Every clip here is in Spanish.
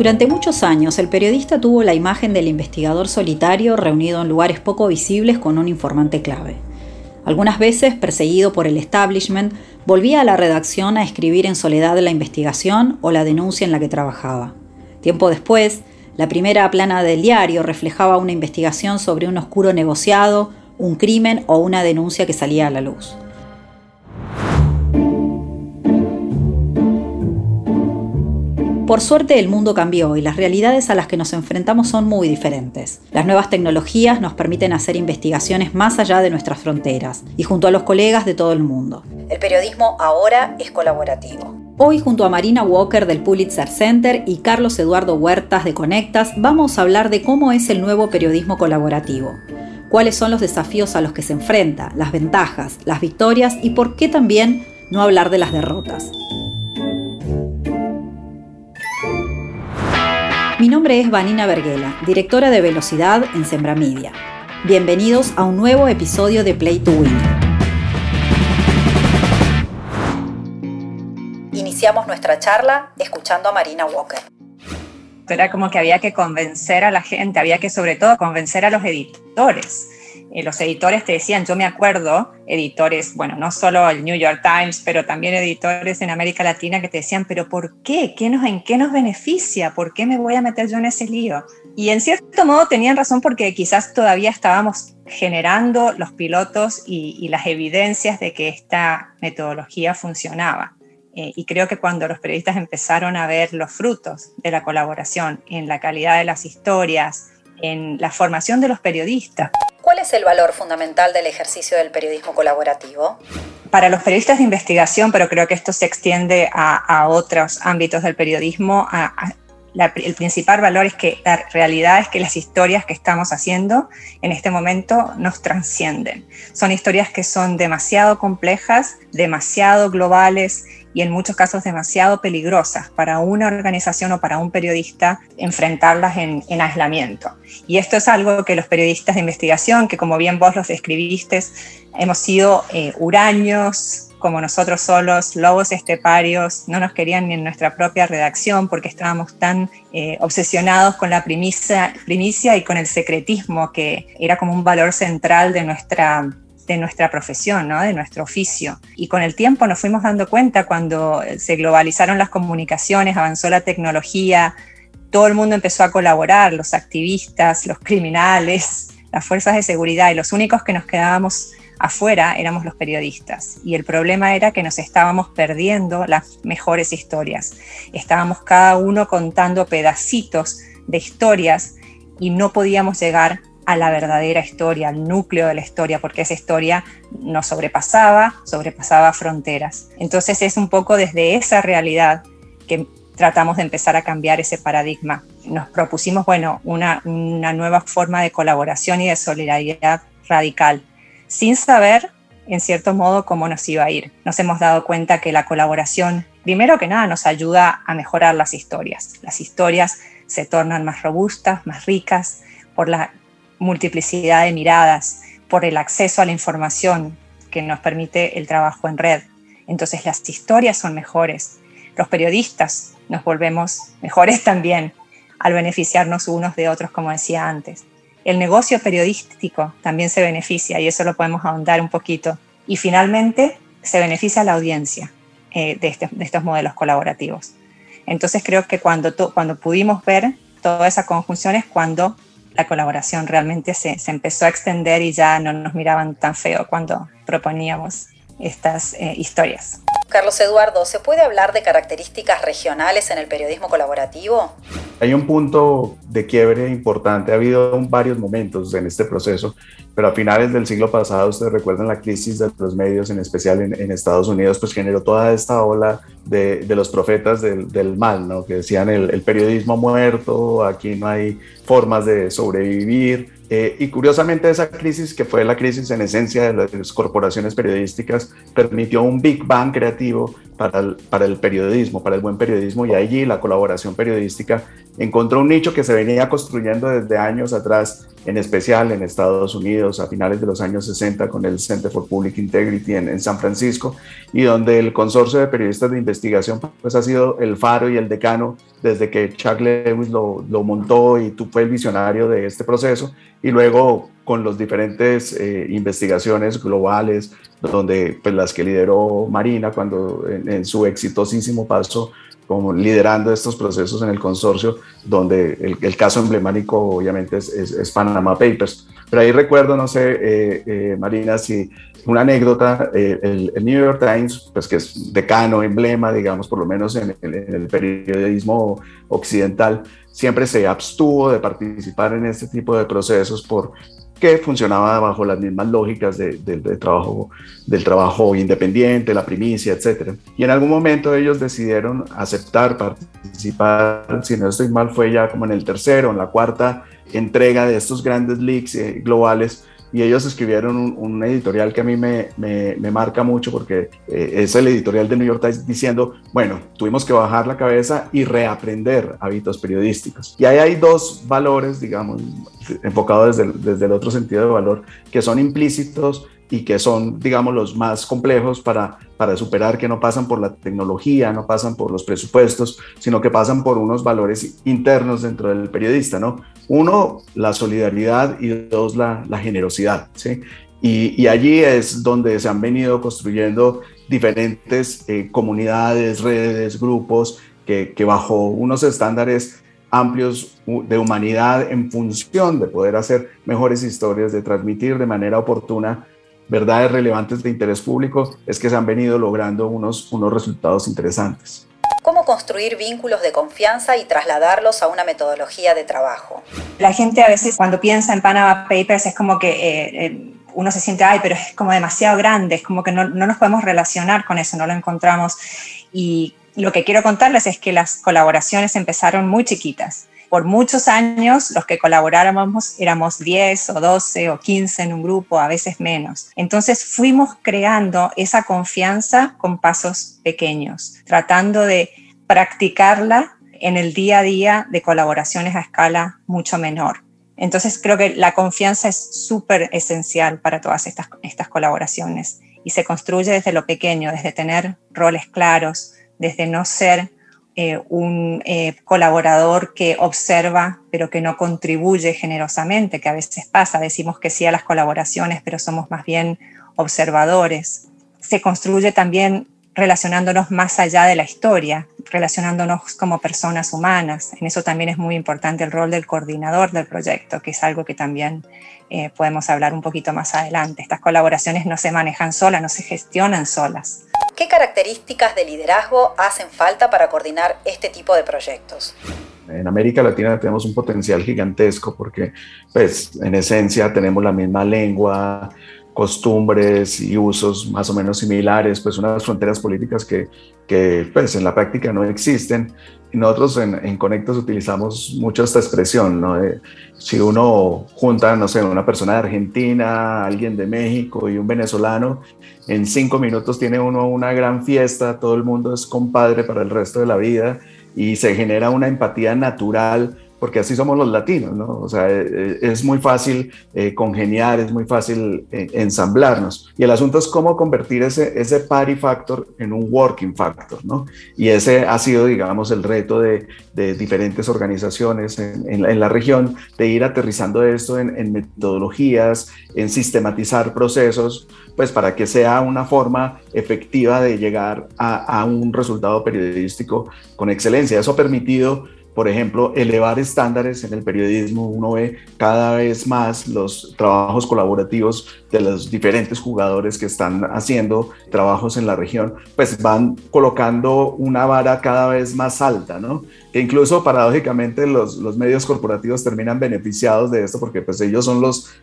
Durante muchos años, el periodista tuvo la imagen del investigador solitario reunido en lugares poco visibles con un informante clave. Algunas veces, perseguido por el establishment, volvía a la redacción a escribir en soledad la investigación o la denuncia en la que trabajaba. Tiempo después, la primera plana del diario reflejaba una investigación sobre un oscuro negociado, un crimen o una denuncia que salía a la luz. Por suerte el mundo cambió y las realidades a las que nos enfrentamos son muy diferentes. Las nuevas tecnologías nos permiten hacer investigaciones más allá de nuestras fronteras y junto a los colegas de todo el mundo. El periodismo ahora es colaborativo. Hoy, junto a Marina Walker del Pulitzer Center y Carlos Eduardo Huertas de Conectas, vamos a hablar de cómo es el nuevo periodismo colaborativo, cuáles son los desafíos a los que se enfrenta, las ventajas, las victorias y por qué también no hablar de las derrotas. Mi nombre es Vanina Berghela, directora de Velocidad en Sembra Media. Bienvenidos a un nuevo episodio de Play to Win. Iniciamos nuestra charla escuchando a Marina Walker. Era como que había que convencer a la gente, había que sobre todo convencer a los editores. Los editores te decían, yo me acuerdo, editores, bueno, no solo el New York Times, pero también editores en América Latina que te decían, pero ¿por qué? ¿En qué nos beneficia? ¿Por qué me voy a meter yo en ese lío? Y en cierto modo tenían razón porque quizás todavía estábamos generando los pilotos y las evidencias de que esta metodología funcionaba. Y creo que cuando los periodistas empezaron a ver los frutos de la colaboración en la calidad de las historias, en la formación de los periodistas. ¿Cuál es el valor fundamental del ejercicio del periodismo colaborativo? Para los periodistas de investigación, pero creo que esto se extiende a otros ámbitos del periodismo, el principal valor es que la realidad es que las historias que estamos haciendo en este momento nos trascienden. Son historias que son demasiado complejas, demasiado globales y en muchos casos demasiado peligrosas para una organización o para un periodista enfrentarlas en aislamiento. Y esto es algo que los periodistas de investigación, que como bien vos los describiste, hemos sido huraños, como nosotros solos, lobos esteparios, no nos querían ni en nuestra propia redacción porque estábamos tan obsesionados con la primicia y con el secretismo, que era como un valor central de nuestra profesión, ¿no? De nuestro oficio. Y con el tiempo nos fuimos dando cuenta cuando se globalizaron las comunicaciones, avanzó la tecnología, todo el mundo empezó a colaborar, los activistas, los criminales, las fuerzas de seguridad, y los únicos que nos quedábamos afuera éramos los periodistas. Y el problema era que nos estábamos perdiendo las mejores historias. Estábamos cada uno contando pedacitos de historias y no podíamos llegar a la verdadera historia, al núcleo de la historia, porque esa historia nos sobrepasaba fronteras. Entonces es un poco desde esa realidad que tratamos de empezar a cambiar ese paradigma. Nos propusimos, una nueva forma de colaboración y de solidaridad radical, sin saber, en cierto modo, cómo nos iba a ir. Nos hemos dado cuenta que la colaboración, primero que nada, nos ayuda a mejorar las historias. Las historias se tornan más robustas, más ricas, por la multiplicidad de miradas, por el acceso a la información que nos permite el trabajo en red. Entonces las historias son mejores. Los periodistas nos volvemos mejores también al beneficiarnos unos de otros, como decía antes. El negocio periodístico también se beneficia y eso lo podemos ahondar un poquito. Y finalmente se beneficia la audiencia de estos modelos colaborativos. Entonces creo que cuando pudimos ver toda esa conjunción es cuando la colaboración realmente se empezó a extender y ya no nos miraban tan feo cuando proponíamos estas historias. Carlos Eduardo, ¿se puede hablar de características regionales en el periodismo colaborativo? Hay un punto de quiebre importante. Ha habido varios momentos en este proceso, pero a finales del siglo pasado, ustedes recuerdan la crisis de los medios, en especial en Estados Unidos, pues generó toda esta ola de los profetas del mal, ¿no? Que decían el periodismo ha muerto, aquí no hay formas de sobrevivir. Y curiosamente esa crisis, que fue la crisis en esencia de las corporaciones periodísticas, permitió un Big Bang creativo para el periodismo, para el buen periodismo, y allí la colaboración periodística encontró un nicho que se venía construyendo desde años atrás, en especial en Estados Unidos a finales de los años 60 con el Center for Public Integrity en San Francisco, y donde el Consorcio de Periodistas de investigación pues ha sido el faro y el decano desde que Chuck Lewis lo montó y tú fue el visionario de este proceso, y luego con las diferentes investigaciones globales, donde pues las que lideró Marina cuando en su exitosísimo paso como liderando estos procesos en el consorcio, donde el caso emblemático obviamente es Panama Papers. Pero ahí recuerdo, no sé, Marina, si una anécdota, el New York Times, pues que es decano, emblema, digamos, por lo menos en el periodismo occidental, siempre se abstuvo de participar en este tipo de procesos porque funcionaba bajo las mismas lógicas del trabajo independiente, la primicia, etc. Y en algún momento ellos decidieron aceptar participar, si no estoy mal, fue ya como en el tercero, en la cuarta entrega de estos grandes leaks globales, y ellos escribieron un editorial que a mí me marca mucho, porque es el editorial de New York Times diciendo, bueno, tuvimos que bajar la cabeza y reaprender hábitos periodísticos. Y ahí hay dos valores, digamos, enfocados desde el otro sentido de valor, que son implícitos y que son, digamos, los más complejos para superar, que no pasan por la tecnología, no pasan por los presupuestos, sino que pasan por unos valores internos dentro del periodista, ¿no? Uno, la solidaridad, y dos, la generosidad, ¿sí? Y allí es donde se han venido construyendo diferentes comunidades, redes, grupos, que bajo unos estándares amplios de humanidad, en función de poder hacer mejores historias, de transmitir de manera oportuna verdades relevantes de interés público, es que se han venido logrando unos resultados interesantes. ¿Cómo construir vínculos de confianza y trasladarlos a una metodología de trabajo? La gente a veces cuando piensa en Panama Papers es como que uno se siente, pero es como demasiado grande, es como que no nos podemos relacionar con eso, no lo encontramos. Y lo que quiero contarles es que las colaboraciones empezaron muy chiquitas. Por muchos años los que colaborábamos éramos 10 o 12 o 15 en un grupo, a veces menos. Entonces fuimos creando esa confianza con pasos pequeños, tratando de practicarla en el día a día de colaboraciones a escala mucho menor. Entonces creo que la confianza es súper esencial para todas estas colaboraciones, y se construye desde lo pequeño, desde tener roles claros, desde no ser un colaborador que observa pero que no contribuye generosamente, que a veces pasa, decimos que sí a las colaboraciones pero somos más bien observadores. Se construye también relacionándonos más allá de la historia, relacionándonos como personas humanas. En eso también es muy importante el rol del coordinador del proyecto, que es algo que también podemos hablar un poquito más adelante. Estas colaboraciones no se manejan solas, no se gestionan solas. ¿Qué características de liderazgo hacen falta para coordinar este tipo de proyectos? En América Latina tenemos un potencial gigantesco porque, pues, en esencia tenemos la misma lengua, costumbres y usos más o menos similares, pues unas fronteras políticas que pues en la práctica no existen. Y nosotros en Conectos utilizamos mucho esta expresión, ¿no? Si uno junta, no sé, una persona de Argentina, alguien de México y un venezolano, en 5 minutos tiene uno una gran fiesta, todo el mundo es compadre para el resto de la vida y se genera una empatía natural, porque así somos los latinos, ¿no? O sea, es muy fácil congeniar, es muy fácil ensamblarnos. Y el asunto es cómo convertir ese party factor en un working factor, ¿no? Y ese ha sido, digamos, el reto de diferentes organizaciones en la región, de ir aterrizando esto en metodologías, en sistematizar procesos, pues para que sea una forma efectiva de llegar a un resultado periodístico con excelencia. Eso ha permitido, por ejemplo, elevar estándares en el periodismo. Uno ve cada vez más los trabajos colaborativos de los diferentes jugadores que están haciendo trabajos en la región, pues van colocando una vara cada vez más alta, ¿no? Que incluso paradójicamente los medios corporativos terminan beneficiados de esto, porque pues ellos son los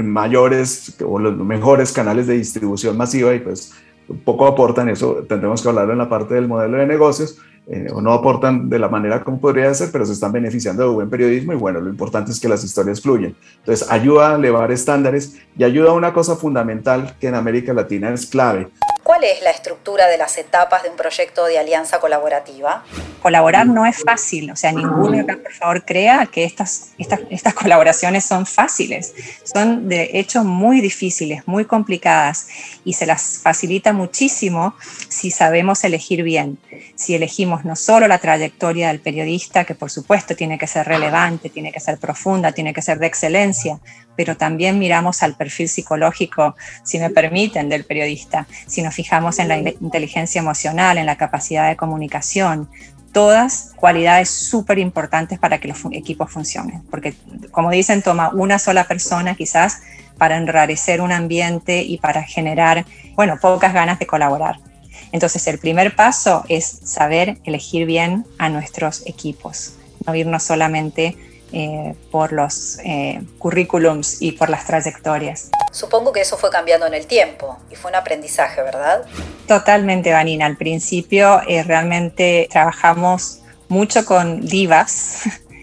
mayores o los mejores canales de distribución masiva y pues poco aportan. Eso tendremos que hablarlo en la parte del modelo de negocios, o no aportan de la manera como podría ser, pero se están beneficiando de buen periodismo y bueno, lo importante es que las historias fluyen. Entonces ayuda a elevar estándares y ayuda a una cosa fundamental que en América Latina es clave. ¿Cuál es la estructura de las etapas de un proyecto de alianza colaborativa? colaborar no es fácil, o sea, ninguno acá por favor crea que estas colaboraciones son fáciles, son de hecho muy difíciles, muy complicadas, y se las facilita muchísimo si sabemos elegir bien, si elegimos no solo la trayectoria del periodista, que por supuesto tiene que ser relevante, tiene que ser profunda, tiene que ser de excelencia, pero también miramos al perfil psicológico, si me permiten, del periodista, si nos fijamos en la inteligencia emocional, en la capacidad de comunicación, todas cualidades súper importantes para que los equipos funcionen, porque como dicen, toma una sola persona quizás para enrarecer un ambiente y para generar, bueno, pocas ganas de colaborar. Entonces el primer paso es saber elegir bien a nuestros equipos, no irnos solamente por los currículums y por las trayectorias. Supongo que eso fue cambiando en el tiempo y fue un aprendizaje, ¿verdad? Totalmente, Vanina. Al principio realmente trabajamos mucho con divas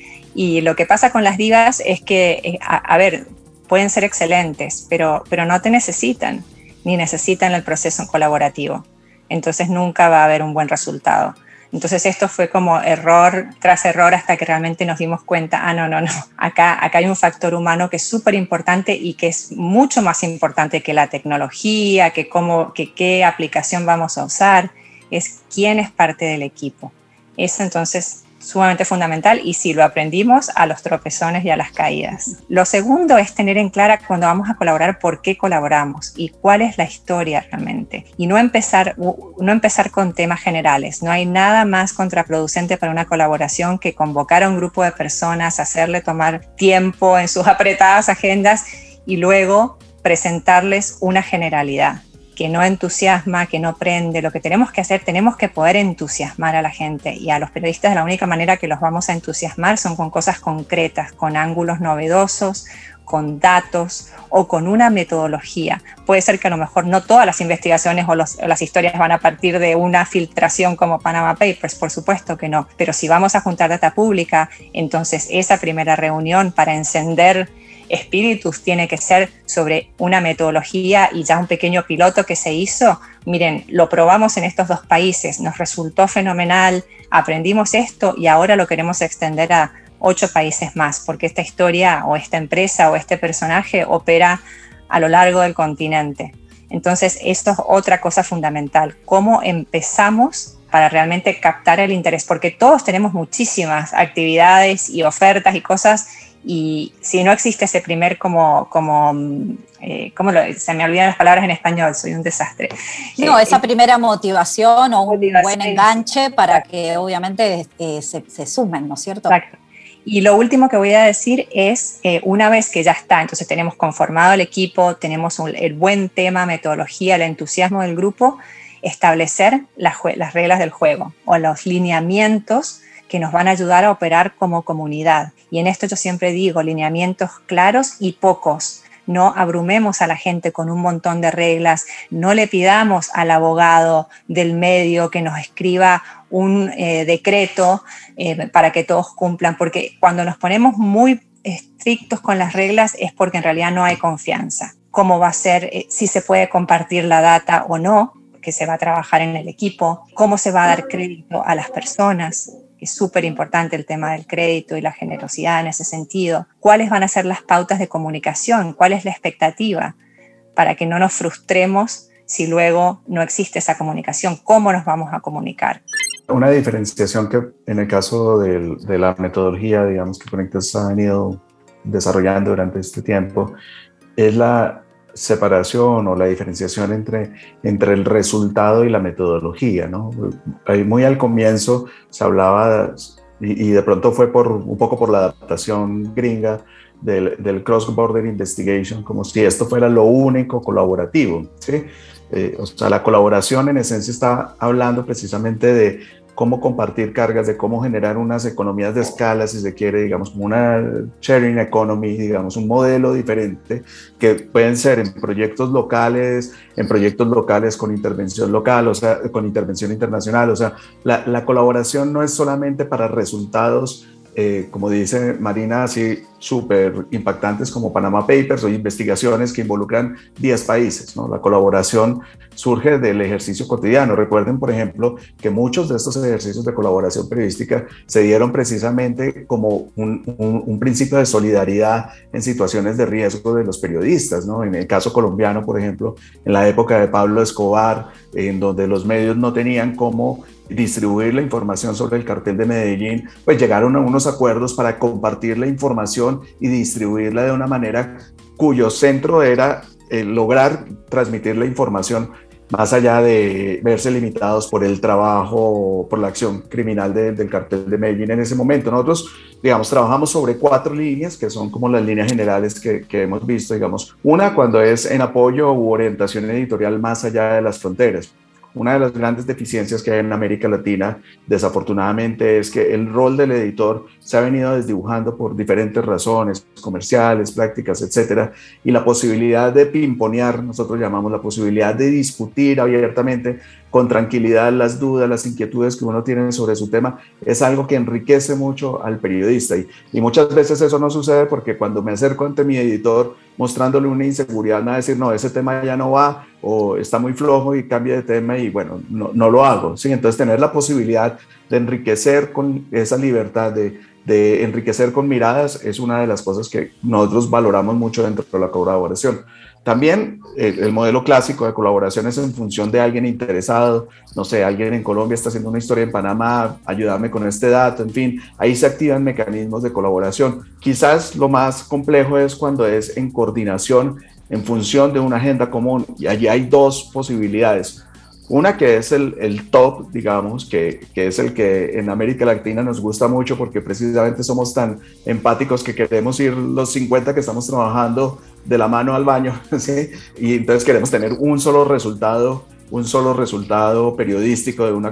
y lo que pasa con las divas es que, a ver, pueden ser excelentes, pero no te necesitan, ni necesitan el proceso colaborativo. Entonces nunca va a haber un buen resultado. Entonces esto fue como error tras error hasta que realmente nos dimos cuenta, no, acá hay un factor humano que es súper importante y que es mucho más importante que la tecnología, que qué aplicación vamos a usar, es quién es parte del equipo. Eso entonces sumamente fundamental, y sí, lo aprendimos a los tropezones y a las caídas. Lo segundo es tener en clara cuando vamos a colaborar por qué colaboramos y cuál es la historia realmente, y no empezar con temas generales. No hay nada más contraproducente para una colaboración que convocar a un grupo de personas, hacerle tomar tiempo en sus apretadas agendas y luego presentarles una generalidad que no entusiasma, que no prende. Lo que tenemos que hacer, tenemos que poder entusiasmar a la gente, y a los periodistas la única manera que los vamos a entusiasmar son con cosas concretas, con ángulos novedosos, con datos o con una metodología. Puede ser que a lo mejor no todas las investigaciones o las historias van a partir de una filtración como Panama Papers, por supuesto que no, pero si vamos a juntar data pública, entonces esa primera reunión para encender espíritus tiene que ser sobre una metodología, y ya un pequeño piloto que se hizo. Miren, lo probamos en estos 2 países, nos resultó fenomenal, aprendimos esto y ahora lo queremos extender a 8 países más, porque esta historia o esta empresa o este personaje opera a lo largo del continente. Entonces, esto es otra cosa fundamental, cómo empezamos para realmente captar el interés, porque todos tenemos muchísimas actividades y ofertas y cosas, y si no existe ese primer se me olvidan las palabras en español, soy un desastre. No, esa primera motivación o un buen enganche para que obviamente se sumen, ¿no es cierto? Exacto. Y lo último que voy a decir es, una vez que ya está, entonces tenemos conformado el equipo, tenemos el buen tema, metodología, el entusiasmo del grupo, establecer las reglas del juego o los lineamientos que nos van a ayudar a operar como comunidad. Y en esto yo siempre digo, lineamientos claros y pocos. No abrumemos a la gente con un montón de reglas, no le pidamos al abogado del medio que nos escriba un decreto para que todos cumplan, porque cuando nos ponemos muy estrictos con las reglas es porque en realidad no hay confianza. ¿Cómo va a ser? Si se puede compartir la data o no, que se va a trabajar en el equipo, cómo se va a dar crédito a las personas. Es súper importante el tema del crédito y la generosidad en ese sentido. ¿Cuáles van a ser las pautas de comunicación? ¿Cuál es la expectativa? Para que no nos frustremos si luego no existe esa comunicación. ¿Cómo nos vamos a comunicar? Una diferenciación que en el caso de la metodología, digamos, que Conectas ha venido desarrollando durante este tiempo, es la separación o la diferenciación entre el resultado y la metodología, ¿no? Muy al comienzo se hablaba, y de pronto fue un poco por la adaptación gringa del cross-border investigation, como si esto fuera lo único colaborativo, ¿sí? O sea, la colaboración en esencia está hablando precisamente de cómo compartir cargas, de cómo generar unas economías de escala, si se quiere, digamos, como una sharing economy, digamos, un modelo diferente, que pueden ser en proyectos locales con intervención local, o sea, con intervención internacional. O sea, la colaboración no es solamente para resultados como dice Marina, así súper impactantes como Panama Papers o investigaciones que involucran 10 países, ¿no? La colaboración surge del ejercicio cotidiano. Recuerden, por ejemplo, que muchos de estos ejercicios de colaboración periodística se dieron precisamente como un principio de solidaridad en situaciones de riesgo de los periodistas, ¿no? En el caso colombiano, por ejemplo, en la época de Pablo Escobar, en donde los medios no tenían cómo distribuir la información sobre el cartel de Medellín, pues llegaron a unos acuerdos para compartir la información y distribuirla de una manera cuyo centro era lograr transmitir la información más allá de verse limitados por el trabajo, por la acción criminal del cartel de Medellín en ese momento. Nosotros, digamos, trabajamos sobre 4 líneas, que son como las líneas generales que hemos visto, digamos. Una, cuando es en apoyo u orientación editorial más allá de las fronteras. Una de las grandes deficiencias que hay en América Latina, desafortunadamente, es que el rol del editor se ha venido desdibujando por diferentes razones, comerciales, prácticas, etcétera, y la posibilidad de pimponear, nosotros llamamos la posibilidad de discutir abiertamente, con tranquilidad, las dudas, las inquietudes que uno tiene sobre su tema, es algo que enriquece mucho al periodista. Y muchas veces eso no sucede porque cuando me acerco ante mi editor mostrándole una inseguridad, me va a decir, no, ese tema ya no va, o está muy flojo y cambia de tema y bueno, no lo hago, ¿sí? Entonces tener la posibilidad de enriquecer con esa libertad, de enriquecer con miradas, es una de las cosas que nosotros valoramos mucho dentro de la colaboración. También el modelo clásico de colaboración es en función de alguien interesado, no sé, alguien en Colombia está haciendo una historia en Panamá, ayúdame con este dato, en fin, ahí se activan mecanismos de colaboración. Quizás lo más complejo es cuando es en coordinación, en función de una agenda común, y allí hay 2 posibilidades. Una que es el top, digamos, que es el que en América Latina nos gusta mucho porque precisamente somos tan empáticos que queremos ir los 50 que estamos trabajando de la mano al baño, ¿sí? Y entonces queremos tener un solo resultado periodístico de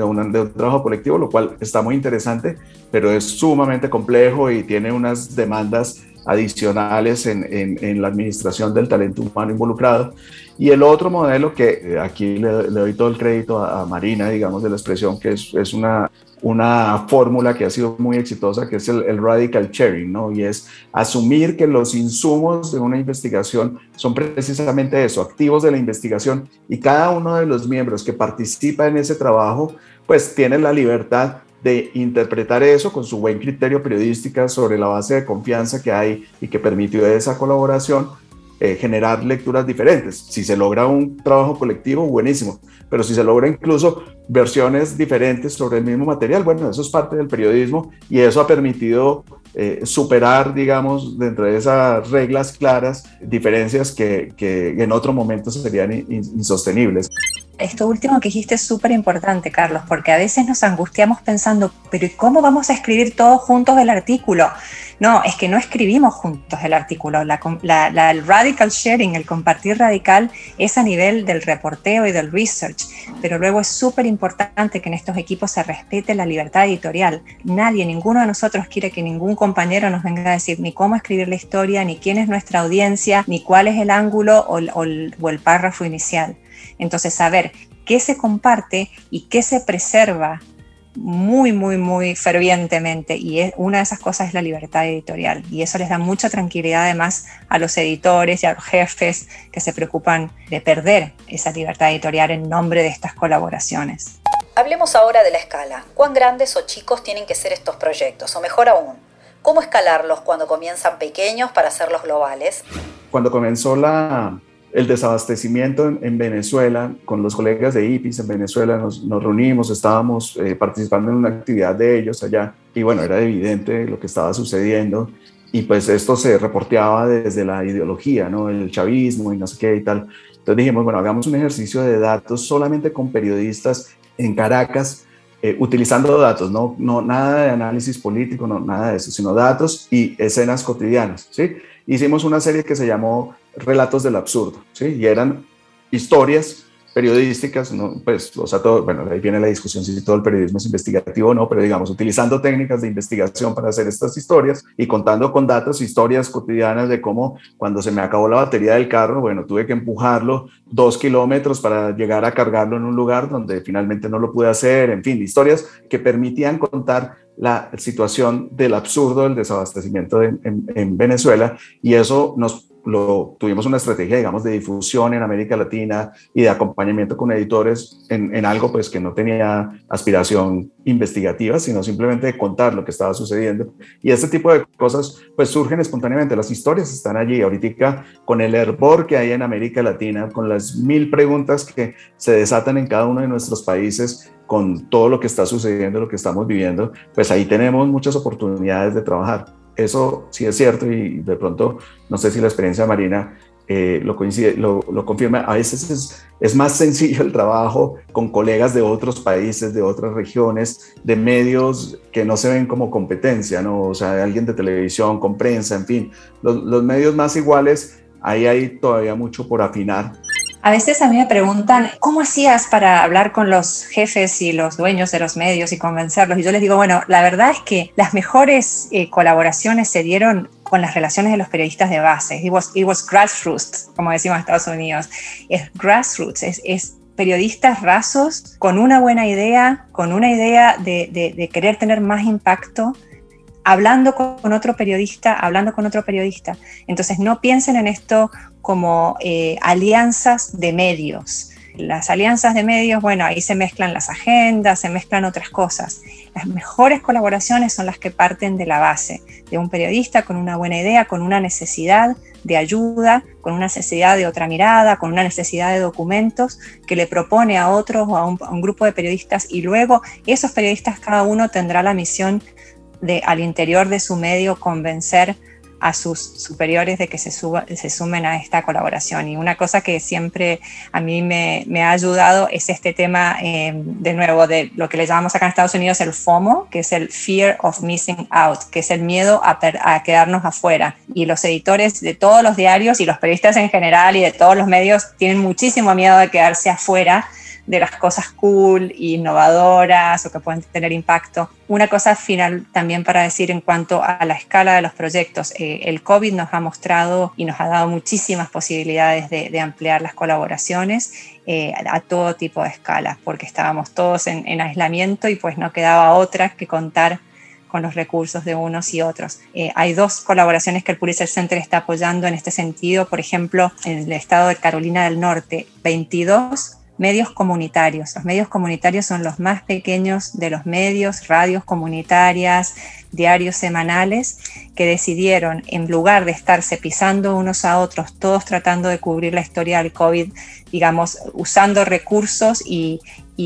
un trabajo colectivo, lo cual está muy interesante, pero es sumamente complejo y tiene unas demandas adicionales en la administración del talento humano involucrado. Y el otro modelo que aquí le doy todo el crédito a Marina, digamos, de la expresión, que es una fórmula que ha sido muy exitosa, que es el radical sharing, ¿no? Y es asumir que los insumos de una investigación son precisamente eso, activos de la investigación, y cada uno de los miembros que participa en ese trabajo, pues tiene la libertad de interpretar eso con su buen criterio periodístico sobre la base de confianza que hay y que permitió esa colaboración, generar lecturas diferentes. Si se logra un trabajo colectivo, buenísimo, pero si se logra incluso versiones diferentes sobre el mismo material, bueno, eso es parte del periodismo y eso ha permitido superar, digamos, dentro de esas reglas claras, diferencias que en otro momento serían insostenibles. Esto último que dijiste es súper importante, Carlos, porque a veces nos angustiamos pensando, pero ¿y cómo vamos a escribir todos juntos el artículo? No, es que no escribimos juntos el artículo. El radical sharing, el compartir radical, es a nivel del reporteo y del research, pero luego es súper importante que en estos equipos se respete la libertad editorial. Ninguno de nosotros quiere que ningún compañero nos venga a decir ni cómo escribir la historia, ni quién es nuestra audiencia, ni cuál es el ángulo o el párrafo inicial. Entonces, saber qué se comparte y qué se preserva muy, muy, muy fervientemente, y una de esas cosas es la libertad editorial, y eso les da mucha tranquilidad además a los editores y a los jefes que se preocupan de perder esa libertad editorial en nombre de estas colaboraciones. Hablemos ahora de la escala. ¿Cuán grandes o chicos tienen que ser estos proyectos? O mejor aún, ¿cómo escalarlos cuando comienzan pequeños para hacerlos globales? Cuando comenzó el desabastecimiento en Venezuela, con los colegas de IPIS en Venezuela, nos reunimos, estábamos participando en una actividad de ellos allá, y bueno, era evidente lo que estaba sucediendo, y pues esto se reporteaba desde la ideología, ¿no? El chavismo y no sé qué y tal. Entonces dijimos, bueno, hagamos un ejercicio de datos solamente con periodistas en Caracas, utilizando datos, no nada de análisis político, no nada de eso, sino datos y escenas cotidianas, ¿sí? Hicimos una serie que se llamó Relatos del Absurdo, ¿sí? Y eran historias periodísticas, ¿no? Pues, o sea, todo, bueno, ahí viene la discusión si todo el periodismo es investigativo o no, pero digamos, utilizando técnicas de investigación para hacer estas historias y contando con datos, historias cotidianas de cómo cuando se me acabó la batería del carro, bueno, tuve que empujarlo 2 kilómetros para llegar a cargarlo en un lugar donde finalmente no lo pude hacer, en fin, historias que permitían contar la situación del absurdo del desabastecimiento en Venezuela, y eso tuvimos una estrategia, digamos, de difusión en América Latina y de acompañamiento con editores en algo pues que no tenía aspiración investigativa, sino simplemente de contar lo que estaba sucediendo. Y este tipo de cosas pues surgen espontáneamente, las historias están allí. Ahorita con el hervor que hay en América Latina, con las 1000 preguntas que se desatan en cada uno de nuestros países, con todo lo que está sucediendo, lo que estamos viviendo, pues ahí tenemos muchas oportunidades de trabajar. Eso sí es cierto, y de pronto, no sé si la experiencia de Marina lo confirma. A veces es más sencillo el trabajo con colegas de otros países, de otras regiones, de medios que no se ven como competencia, ¿no? O sea, de alguien de televisión, con prensa, en fin. Los medios más iguales, ahí hay todavía mucho por afinar. A veces a mí me preguntan, ¿cómo hacías para hablar con los jefes y los dueños de los medios y convencerlos? Y yo les digo, bueno, la verdad es que las mejores colaboraciones se dieron con las relaciones de los periodistas de base. It was grassroots, como decimos en Estados Unidos. Es grassroots, es periodistas rasos con una buena idea, con una idea de querer tener más impacto, hablando con otro periodista. Entonces no piensen en esto como alianzas de medios. Las alianzas de medios, bueno, ahí se mezclan las agendas, se mezclan otras cosas. Las mejores colaboraciones son las que parten de la base, de un periodista con una buena idea, con una necesidad de ayuda, con una necesidad de otra mirada, con una necesidad de documentos que le propone a otros o a un grupo de periodistas, y luego esos periodistas cada uno tendrá la misión de al interior de su medio convencer a sus superiores de que se sumen a esta colaboración. Y una cosa que siempre a mí me ha ayudado es este tema, de nuevo, de lo que le llamamos acá en Estados Unidos el FOMO, que es el Fear of Missing Out, que es el miedo a quedarnos afuera. Y los editores de todos los diarios y los periodistas en general y de todos los medios tienen muchísimo miedo de quedarse afuera de las cosas cool, innovadoras o que pueden tener impacto. Una cosa final también para decir en cuanto a la escala de los proyectos. El COVID nos ha mostrado y nos ha dado muchísimas posibilidades de ampliar las colaboraciones a todo tipo de escalas, porque estábamos todos en aislamiento y pues no quedaba otra que contar con los recursos de unos y otros. Hay 2 colaboraciones que el Pulitzer Center está apoyando en este sentido. Por ejemplo, en el estado de Carolina del Norte, 22 medios comunitarios. Los medios comunitarios son los más pequeños de los medios, radios comunitarias, diarios semanales, que decidieron, en lugar de estarse pisando unos a otros, todos tratando de cubrir la historia del COVID, digamos, usando recursos y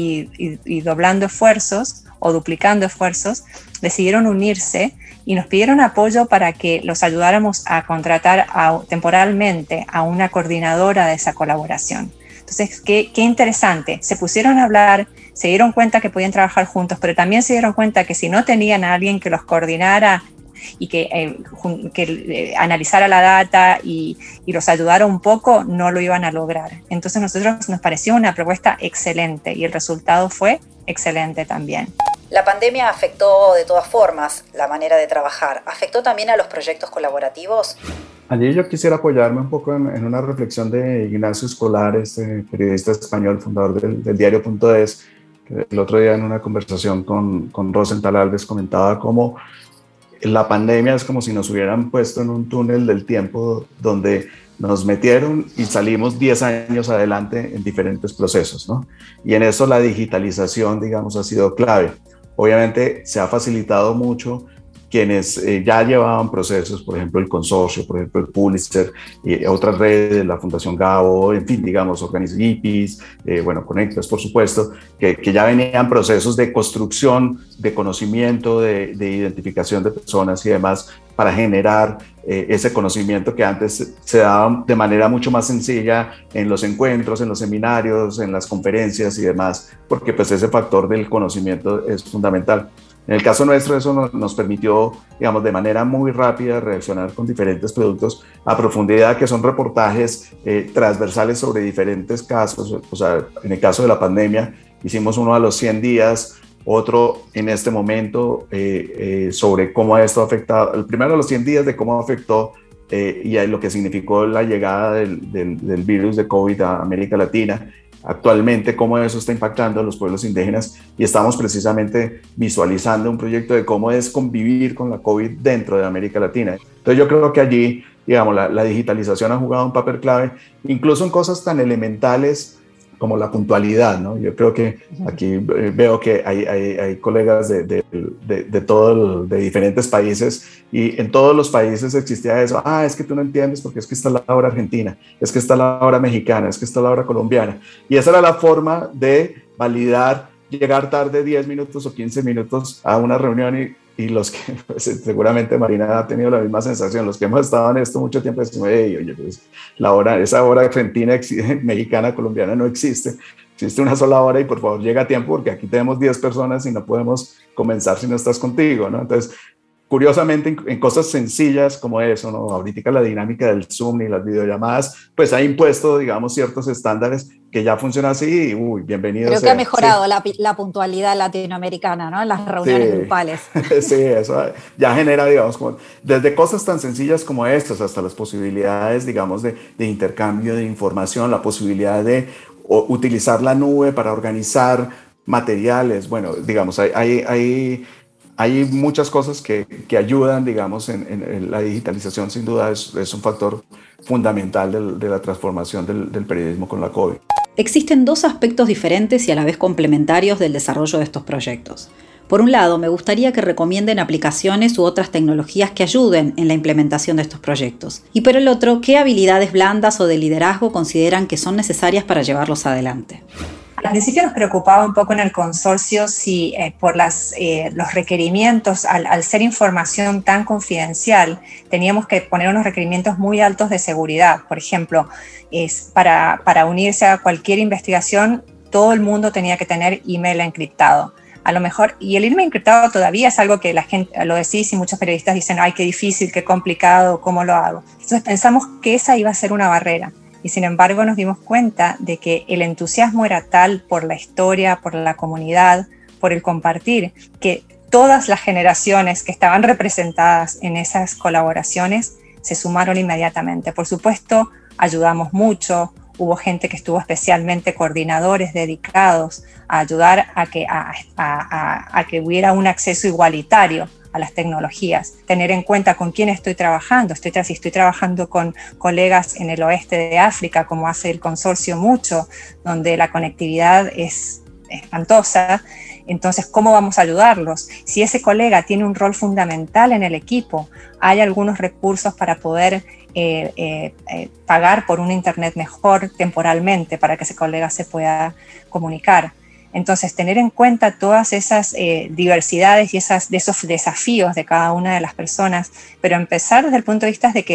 doblando esfuerzos o duplicando esfuerzos, decidieron unirse y nos pidieron apoyo para que los ayudáramos a contratar temporalmente a una coordinadora de esa colaboración. Entonces, qué interesante. Se pusieron a hablar, se dieron cuenta que podían trabajar juntos, pero también se dieron cuenta que si no tenían a alguien que los coordinara y que analizara la data y los ayudara un poco, no lo iban a lograr. Entonces, nosotros nos pareció una propuesta excelente y el resultado fue excelente también. La pandemia afectó de todas formas la manera de trabajar. ¿Afectó también a los proyectos colaborativos? Allí yo quisiera apoyarme un poco en una reflexión de Ignacio Escolar, periodista español, fundador del diario.es, que el otro día en una conversación con Rosenthal Alves comentaba cómo la pandemia es como si nos hubieran puesto en un túnel del tiempo donde nos metieron y salimos 10 años adelante en diferentes procesos, ¿no? Y en eso la digitalización, digamos, ha sido clave. Obviamente se ha facilitado mucho quienes ya llevaban procesos, por ejemplo el consorcio, por ejemplo el Pulitzer, y otras redes, la Fundación Gabo, en fin, digamos, IPIS, bueno, Conectas, por supuesto, que ya venían procesos de construcción, de conocimiento, de identificación de personas y demás, para generar ese conocimiento que antes se daba de manera mucho más sencilla en los encuentros, en los seminarios, en las conferencias y demás, porque pues ese factor del conocimiento es fundamental. En el caso nuestro eso nos permitió, digamos, de manera muy rápida reaccionar con diferentes productos a profundidad, que son reportajes transversales sobre diferentes casos. O sea, en el caso de la pandemia hicimos uno a los 100 días, otro en este momento sobre cómo esto ha afectado, el primero a los 100 días de cómo afectó y lo que significó la llegada del virus de COVID a América Latina. Actualmente, cómo eso está impactando a los pueblos indígenas, y estamos precisamente visualizando un proyecto de cómo es convivir con la COVID dentro de América Latina. Entonces yo creo que allí, digamos, la digitalización ha jugado un papel clave, incluso en cosas tan elementales como la puntualidad, ¿no? Yo creo que aquí veo que hay colegas de diferentes países, y en todos los países existía eso. Es que tú no entiendes porque es que está la hora argentina, es que está la hora mexicana, es que está la hora colombiana. Y esa era la forma de validar llegar tarde 10 minutos o 15 minutos a una reunión, y los que, pues, seguramente Marina ha tenido la misma sensación, los que hemos estado en esto mucho tiempo, decimos, oye, pues, esa hora argentina, mexicana, colombiana no existe una sola hora, y por favor llega a tiempo porque aquí tenemos 10 personas y no podemos comenzar si no estás contigo, ¿no? Entonces, curiosamente, en cosas sencillas como eso, ¿no? Ahorita la dinámica del Zoom y las videollamadas, pues ha impuesto, digamos, ciertos estándares que ya funcionan así, y bienvenido. Creo que ha mejorado la puntualidad latinoamericana, ¿no? En las reuniones grupales. Sí, eso ya genera, digamos, desde cosas tan sencillas como estas hasta las posibilidades, digamos, de intercambio de información, la posibilidad de utilizar la nube para organizar materiales. Bueno, digamos, hay muchas cosas que ayudan, digamos, en la digitalización. Sin duda es un factor fundamental de la transformación del periodismo con la COVID. Existen dos aspectos diferentes y a la vez complementarios del desarrollo de estos proyectos. Por un lado, me gustaría que recomienden aplicaciones u otras tecnologías que ayuden en la implementación de estos proyectos. Y por el otro, ¿qué habilidades blandas o de liderazgo consideran que son necesarias para llevarlos adelante? Al principio nos preocupaba un poco en el consorcio si por los requerimientos, al ser información tan confidencial, teníamos que poner unos requerimientos muy altos de seguridad. Por ejemplo, para unirse a cualquier investigación, todo el mundo tenía que tener email encriptado. A lo mejor, y el email encriptado todavía es algo que la gente lo decís, y muchos periodistas dicen, ay, qué difícil, qué complicado, ¿cómo lo hago? Entonces pensamos que esa iba a ser una barrera. Y sin embargo nos dimos cuenta de que el entusiasmo era tal por la historia, por la comunidad, por el compartir, que todas las generaciones que estaban representadas en esas colaboraciones se sumaron inmediatamente. Por supuesto, ayudamos mucho, hubo gente que estuvo especialmente, coordinadores dedicados a ayudar a que hubiera un acceso igualitario a las tecnologías, tener en cuenta con quién estoy trabajando. Si estoy trabajando con colegas en el oeste de África, como hace el consorcio mucho, donde la conectividad es espantosa, entonces, ¿cómo vamos a ayudarlos? Si ese colega tiene un rol fundamental en el equipo, hay algunos recursos para poder pagar por un internet mejor temporalmente para que ese colega se pueda comunicar. Entonces, tener en cuenta todas esas diversidades y de esos desafíos de cada una de las personas, pero empezar desde el punto de vista de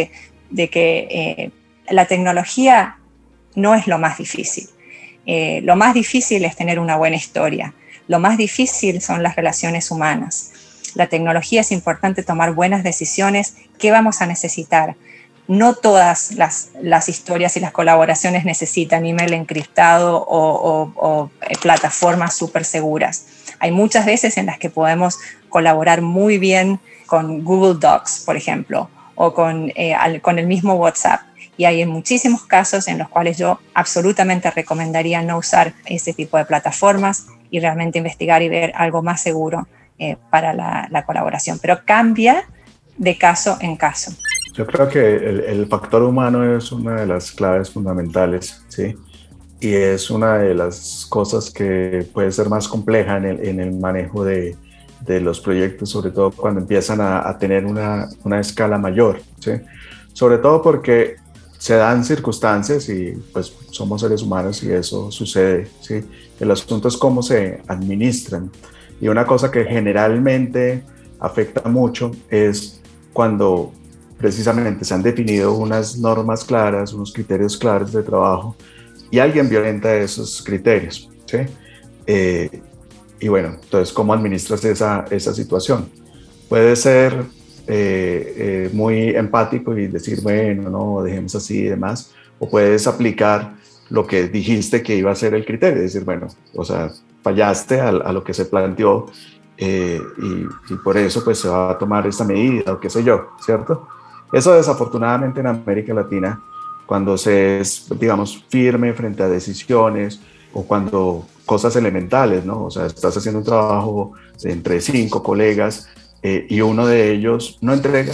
que la tecnología no es lo más difícil. Lo más difícil es tener una buena historia. Lo más difícil son las relaciones humanas. La tecnología es importante tomar buenas decisiones. ¿Qué vamos a necesitar? No todas las historias y las colaboraciones necesitan email encriptado o plataformas súper seguras. Hay muchas veces en las que podemos colaborar muy bien con Google Docs, por ejemplo, o con el mismo WhatsApp. Y hay muchísimos casos en los cuales yo absolutamente recomendaría no usar ese tipo de plataformas y realmente investigar y ver algo más seguro para la colaboración. Pero cambia de caso en caso. Yo creo que el factor humano es una de las claves fundamentales, ¿sí? Y es una de las cosas que puede ser más compleja en el manejo de los proyectos, sobre todo cuando empiezan a tener una escala mayor, ¿sí? Sobre todo porque se dan circunstancias y pues somos seres humanos y eso sucede, ¿sí? El asunto es cómo se administran. Y una cosa que generalmente afecta mucho es cuando precisamente se han definido unas normas claras, unos criterios claros de trabajo y alguien violenta esos criterios, ¿sí? Y bueno, entonces, ¿cómo administras esa situación? Puede ser muy empático y decir, bueno, no, dejemos así y demás, o puedes aplicar lo que dijiste que iba a ser el criterio, decir, bueno, o sea, fallaste a lo que se planteó y por eso pues se va a tomar esta medida o qué sé yo, ¿cierto? Eso desafortunadamente en América Latina, cuando se es, digamos, firme frente a decisiones o cuando cosas elementales, ¿no? O sea, estás haciendo un trabajo entre 5 colegas y uno de ellos no entrega,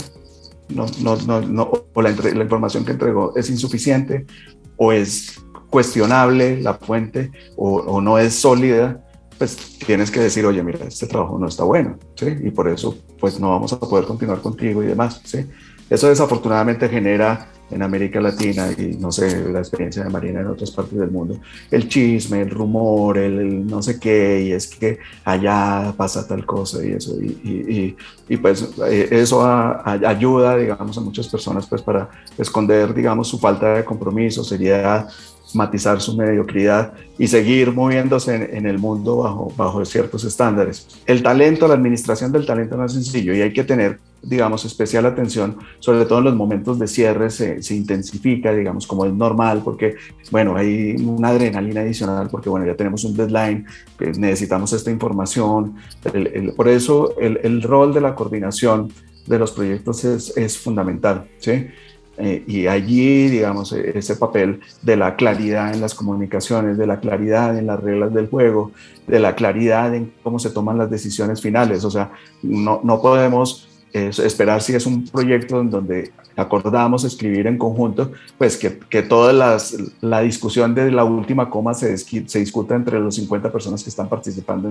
o la información que entregó es insuficiente o es cuestionable la fuente o no es sólida, pues tienes que decir, oye, mira, este trabajo no está bueno, ¿sí? Y por eso pues no vamos a poder continuar contigo y demás, ¿sí? Eso desafortunadamente genera en América Latina, y no sé, la experiencia de Marina en otras partes del mundo, el chisme, el rumor, el no sé qué, y es que allá pasa tal cosa y eso, y pues eso ayuda, digamos, a muchas personas pues para esconder, digamos, su falta de compromiso, seriedad, matizar su mediocridad y seguir moviéndose en el mundo bajo ciertos estándares. El talento, la administración del talento no es sencillo y hay que tener, digamos, especial atención, sobre todo en los momentos de cierre se intensifica, digamos, como es normal, porque, bueno, hay una adrenalina adicional, porque, bueno, ya tenemos un deadline, necesitamos esta información. Por eso el rol de la coordinación de los proyectos es fundamental, ¿sí? Y allí, digamos, ese papel de la claridad en las comunicaciones, de la claridad en las reglas del juego, de la claridad en cómo se toman las decisiones finales. O sea, no podemos esperar, si es un proyecto en donde acordamos escribir en conjunto, pues que toda la discusión de la última coma se discuta entre los 50 personas que están participando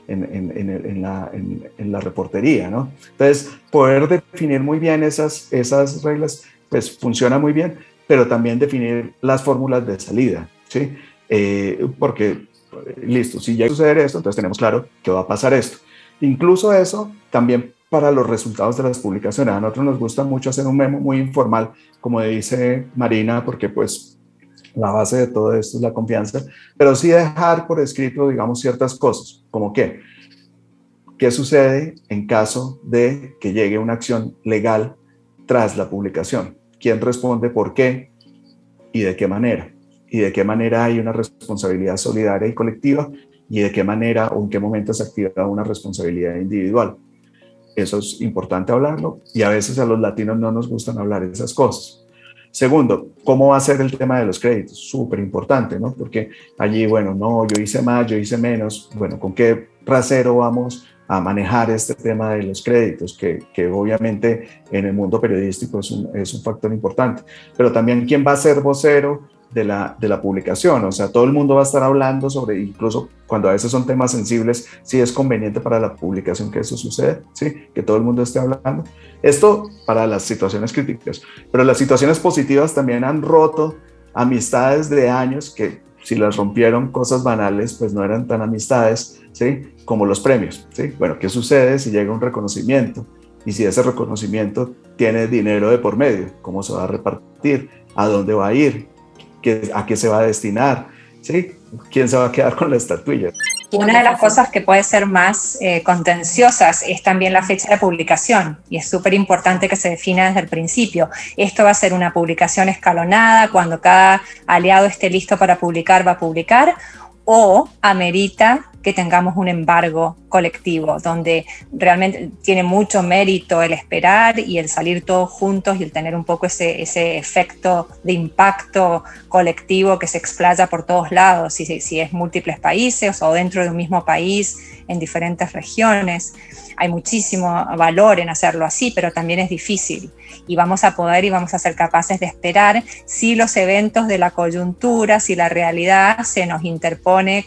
en la reportería, ¿no? Entonces, poder definir muy bien esas reglas, pues funciona muy bien, pero también definir las fórmulas de salida, ¿sí? Porque, listo, si llega a suceder esto, entonces tenemos claro que va a pasar esto. Incluso eso también para los resultados de las publicaciones. A nosotros nos gusta mucho hacer un memo muy informal, como dice Marina, porque pues la base de todo esto es la confianza, pero sí dejar por escrito, digamos, ciertas cosas, como qué sucede en caso de que llegue una acción legal tras la publicación. ¿Quién responde por qué y de qué manera? Y de qué manera hay una responsabilidad solidaria y colectiva y de qué manera o en qué momento se activa una responsabilidad individual. Eso es importante hablarlo y a veces a los latinos no nos gustan hablar de esas cosas. Segundo, ¿cómo va a ser el tema de los créditos? Súper importante, ¿no? Porque allí, bueno, no, yo hice más, yo hice menos. Bueno, ¿con qué rasero vamos a manejar este tema de los créditos? Que obviamente en el mundo periodístico es un factor importante. Pero también, ¿quién va a ser vocero de la publicación? O sea, todo el mundo va a estar hablando sobre, incluso cuando a veces son temas sensibles, si es conveniente para la publicación que eso suceda, ¿sí? Que todo el mundo esté hablando. Esto para las situaciones críticas, pero las situaciones positivas también han roto amistades de años que si las rompieron cosas banales, pues no eran tan amistades, ¿sí? Como los premios, ¿sí? Bueno, ¿qué sucede si llega un reconocimiento? Y si ese reconocimiento tiene dinero de por medio, ¿cómo se va a repartir? ¿A dónde va a ir? ¿A qué se va a destinar? ¿Sí? ¿Quién se va a quedar con la estatuilla? Una de las cosas que puede ser más contenciosas es también la fecha de publicación, y es súper importante que se defina desde el principio. Esto va a ser una publicación escalonada, cuando cada aliado esté listo para publicar, va a publicar, o amerita que tengamos un embargo colectivo, donde realmente tiene mucho mérito el esperar y el salir todos juntos y el tener un poco ese efecto de impacto colectivo que se explaya por todos lados, si es múltiples países o dentro de un mismo país en diferentes regiones. Hay muchísimo valor en hacerlo así, pero también es difícil y vamos a poder y vamos a ser capaces de esperar si los eventos de la coyuntura, si la realidad se nos interpone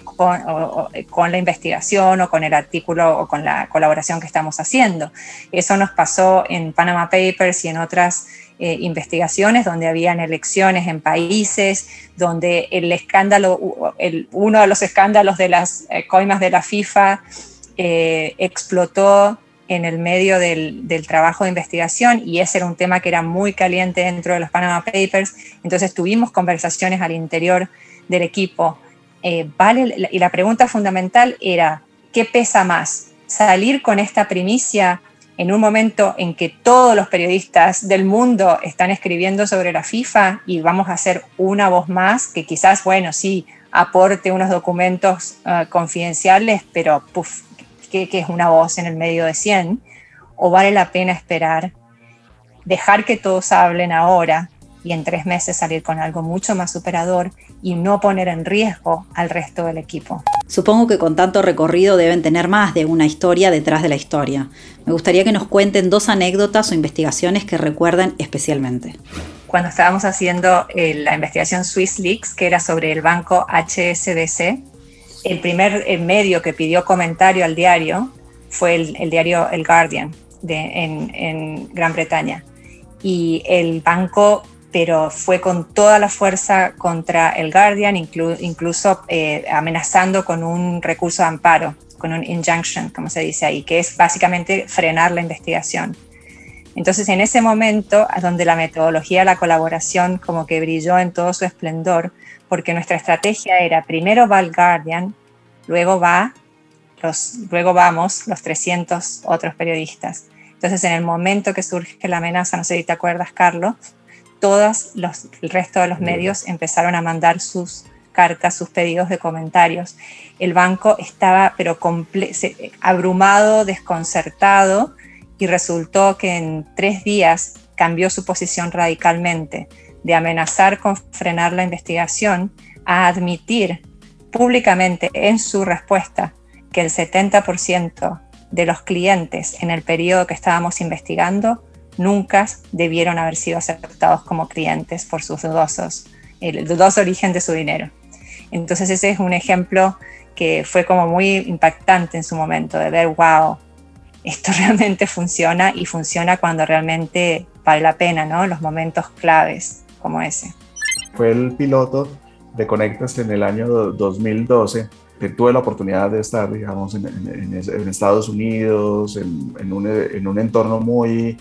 con la investigación o con el artículo o con la colaboración que estamos haciendo. Eso nos pasó en Panama Papers y en otras investigaciones donde habían elecciones en países, donde uno de los escándalos de las coimas de la FIFA explotó en el medio del trabajo de investigación, y ese era un tema que era muy caliente dentro de los Panama Papers. Entonces tuvimos conversaciones al interior del equipo. Y la pregunta fundamental era, ¿qué pesa más? ¿Salir con esta primicia en un momento en que todos los periodistas del mundo están escribiendo sobre la FIFA y vamos a hacer una voz más que quizás, bueno, sí, aporte unos documentos confidenciales, pero ¿qué es una voz en el medio de 100? ¿O vale la pena esperar, dejar que todos hablen ahora y en 3 meses salir con algo mucho más superador y no poner en riesgo al resto del equipo? Supongo que con tanto recorrido deben tener más de una historia detrás de la historia. Me gustaría que nos cuenten 2 anécdotas o investigaciones que recuerden especialmente. Cuando estábamos haciendo la investigación Swiss Leaks, que era sobre el banco HSBC, el primer medio que pidió comentario al diario fue el diario El Guardian en Gran Bretaña. Y el banco, pero fue con toda la fuerza contra el Guardian, incluso amenazando con un recurso de amparo, con un injunction, como se dice ahí, que es básicamente frenar la investigación. Entonces, en ese momento, donde la metodología de la colaboración como que brilló en todo su esplendor, porque nuestra estrategia era, primero va el Guardian, luego vamos los 300 otros periodistas. Entonces, en el momento que surge la amenaza, no sé si te acuerdas, Carlos, el resto de los medios empezaron a mandar sus cartas, sus pedidos de comentarios. El banco estaba abrumado, desconcertado, y resultó que en 3 días cambió su posición radicalmente, de amenazar con frenar la investigación a admitir públicamente en su respuesta que el 70% de los clientes en el periodo que estábamos investigando nunca debieron haber sido aceptados como clientes por el dudoso origen de su dinero. Entonces ese es un ejemplo que fue como muy impactante en su momento, de ver, wow, esto realmente funciona, y funciona cuando realmente vale la pena, ¿no? Los momentos claves como ese. Fue el piloto de Conectas en el año 2012. Tuve la oportunidad de estar, digamos, en Estados Unidos, en un entorno muy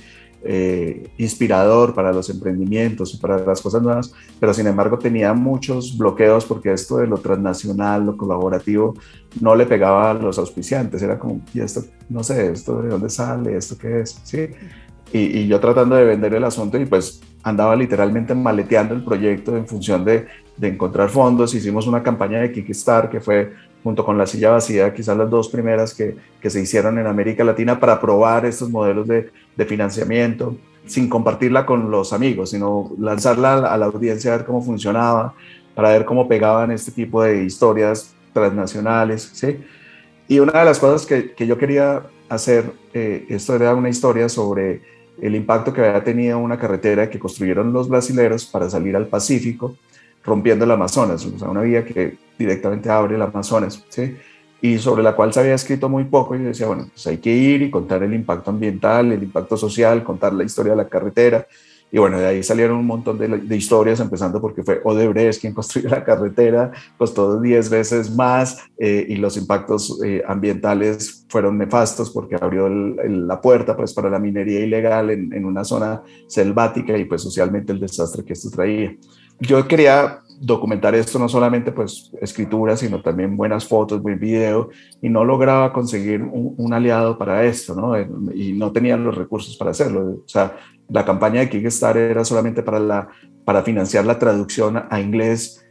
inspirador para los emprendimientos y para las cosas nuevas, pero sin embargo tenía muchos bloqueos porque esto de lo transnacional, lo colaborativo, no le pegaba a los auspiciantes. Era como, ¿y esto? No sé, ¿esto de dónde sale? ¿Esto qué es? ¿Sí? Y yo tratando de vender el asunto, y pues andaba literalmente maleteando el proyecto en función de encontrar fondos. Hicimos una campaña de Kickstarter que fue, junto con La Silla Vacía, quizás las 2 primeras que se hicieron en América Latina para probar estos modelos de financiamiento, sin compartirla con los amigos, sino lanzarla a la audiencia a ver cómo funcionaba, para ver cómo pegaban este tipo de historias transnacionales, ¿sí? Y una de las cosas que yo quería hacer, esto era una historia sobre el impacto que había tenido una carretera que construyeron los brasileros para salir al Pacífico, rompiendo el Amazonas, o sea, una vía que directamente abre el Amazonas, ¿sí? Y sobre la cual se había escrito muy poco. Y yo decía, bueno, pues hay que ir y contar el impacto ambiental, el impacto social, contar la historia de la carretera. Y bueno, de ahí salieron un montón de historias, empezando porque fue Odebrecht quien construyó la carretera, costó 10 veces más, y los impactos ambientales fueron nefastos porque abrió la puerta pues, para la minería ilegal en una zona selvática, y pues socialmente el desastre que esto traía. Yo quería documentar esto, no solamente pues escritura, sino también buenas fotos, buen video, y no lograba conseguir un aliado para esto, ¿no? Y no tenían los recursos para hacerlo. O sea, la campaña de Kickstarter era solamente para financiar la traducción a inglés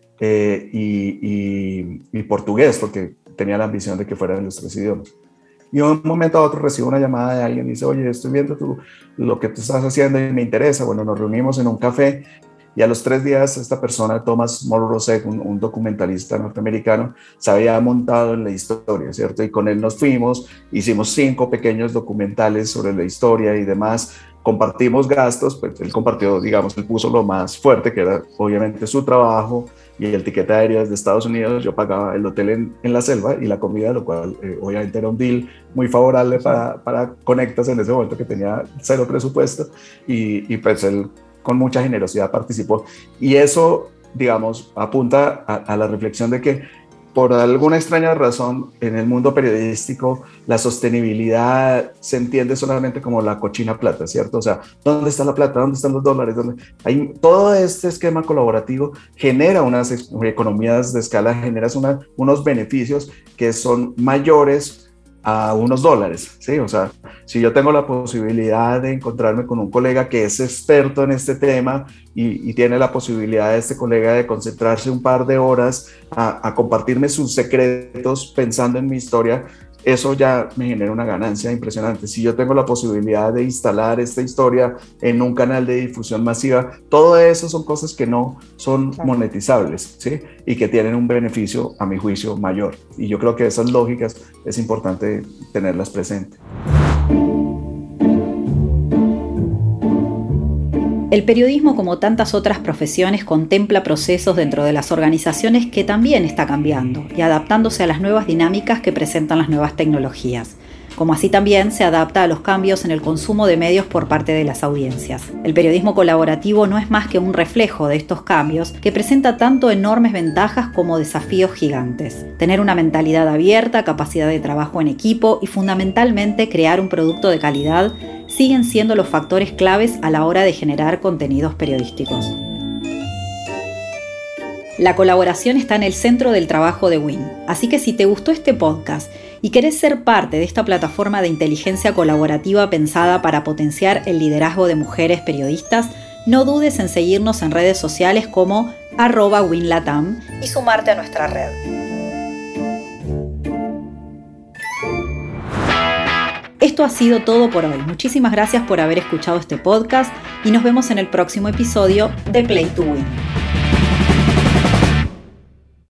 y portugués, porque tenía la ambición de que fueran los 3 idiomas. Y de un momento a otro recibo una llamada de alguien y dice, oye, estoy viendo lo que tú estás haciendo y me interesa. Bueno, nos reunimos en un café. Y a los 3 días esta persona, Thomas Morozek, un documentalista norteamericano, se había montado en la historia, ¿cierto? Y con él nos fuimos, hicimos 5 pequeños documentales sobre la historia y demás. Compartimos gastos, pues él compartió, digamos, él puso lo más fuerte, que era obviamente su trabajo y el tiquete aéreo desde Estados Unidos. Yo pagaba el hotel en la selva y la comida, lo cual obviamente era un deal muy favorable para Conectas en ese momento, que tenía 0 presupuesto, y pues él con mucha generosidad participó. Y eso, digamos, apunta a la reflexión de que por alguna extraña razón en el mundo periodístico la sostenibilidad se entiende solamente como la cochina plata, ¿cierto? O sea, ¿dónde está la plata? ¿Dónde están los dólares? Todo este esquema colaborativo genera unas economías de escala, genera unos beneficios que son mayores a unos dólares, ¿sí? O sea, si yo tengo la posibilidad de encontrarme con un colega que es experto en este tema y tiene la posibilidad de este colega de concentrarse un par de horas a compartirme sus secretos pensando en mi historia, eso ya me genera una ganancia impresionante. Si yo tengo la posibilidad de instalar esta historia en un canal de difusión masiva, todo eso son cosas que no son monetizables, ¿sí? Y que tienen un beneficio, a mi juicio, mayor. Y yo creo que esas lógicas es importante tenerlas presentes. El periodismo, como tantas otras profesiones, contempla procesos dentro de las organizaciones que también está cambiando y adaptándose a las nuevas dinámicas que presentan las nuevas tecnologías, como así también se adapta a los cambios en el consumo de medios por parte de las audiencias. El periodismo colaborativo no es más que un reflejo de estos cambios que presenta tanto enormes ventajas como desafíos gigantes. Tener una mentalidad abierta, capacidad de trabajo en equipo y fundamentalmente crear un producto de calidad siguen siendo los factores claves a la hora de generar contenidos periodísticos. La colaboración está en el centro del trabajo de WIN, así que si te gustó este podcast y querés ser parte de esta plataforma de inteligencia colaborativa pensada para potenciar el liderazgo de mujeres periodistas, no dudes en seguirnos en redes sociales como @WinLatam y sumarte a nuestra red. Esto ha sido todo por hoy. Muchísimas gracias por haber escuchado este podcast y nos vemos en el próximo episodio de Play to Win.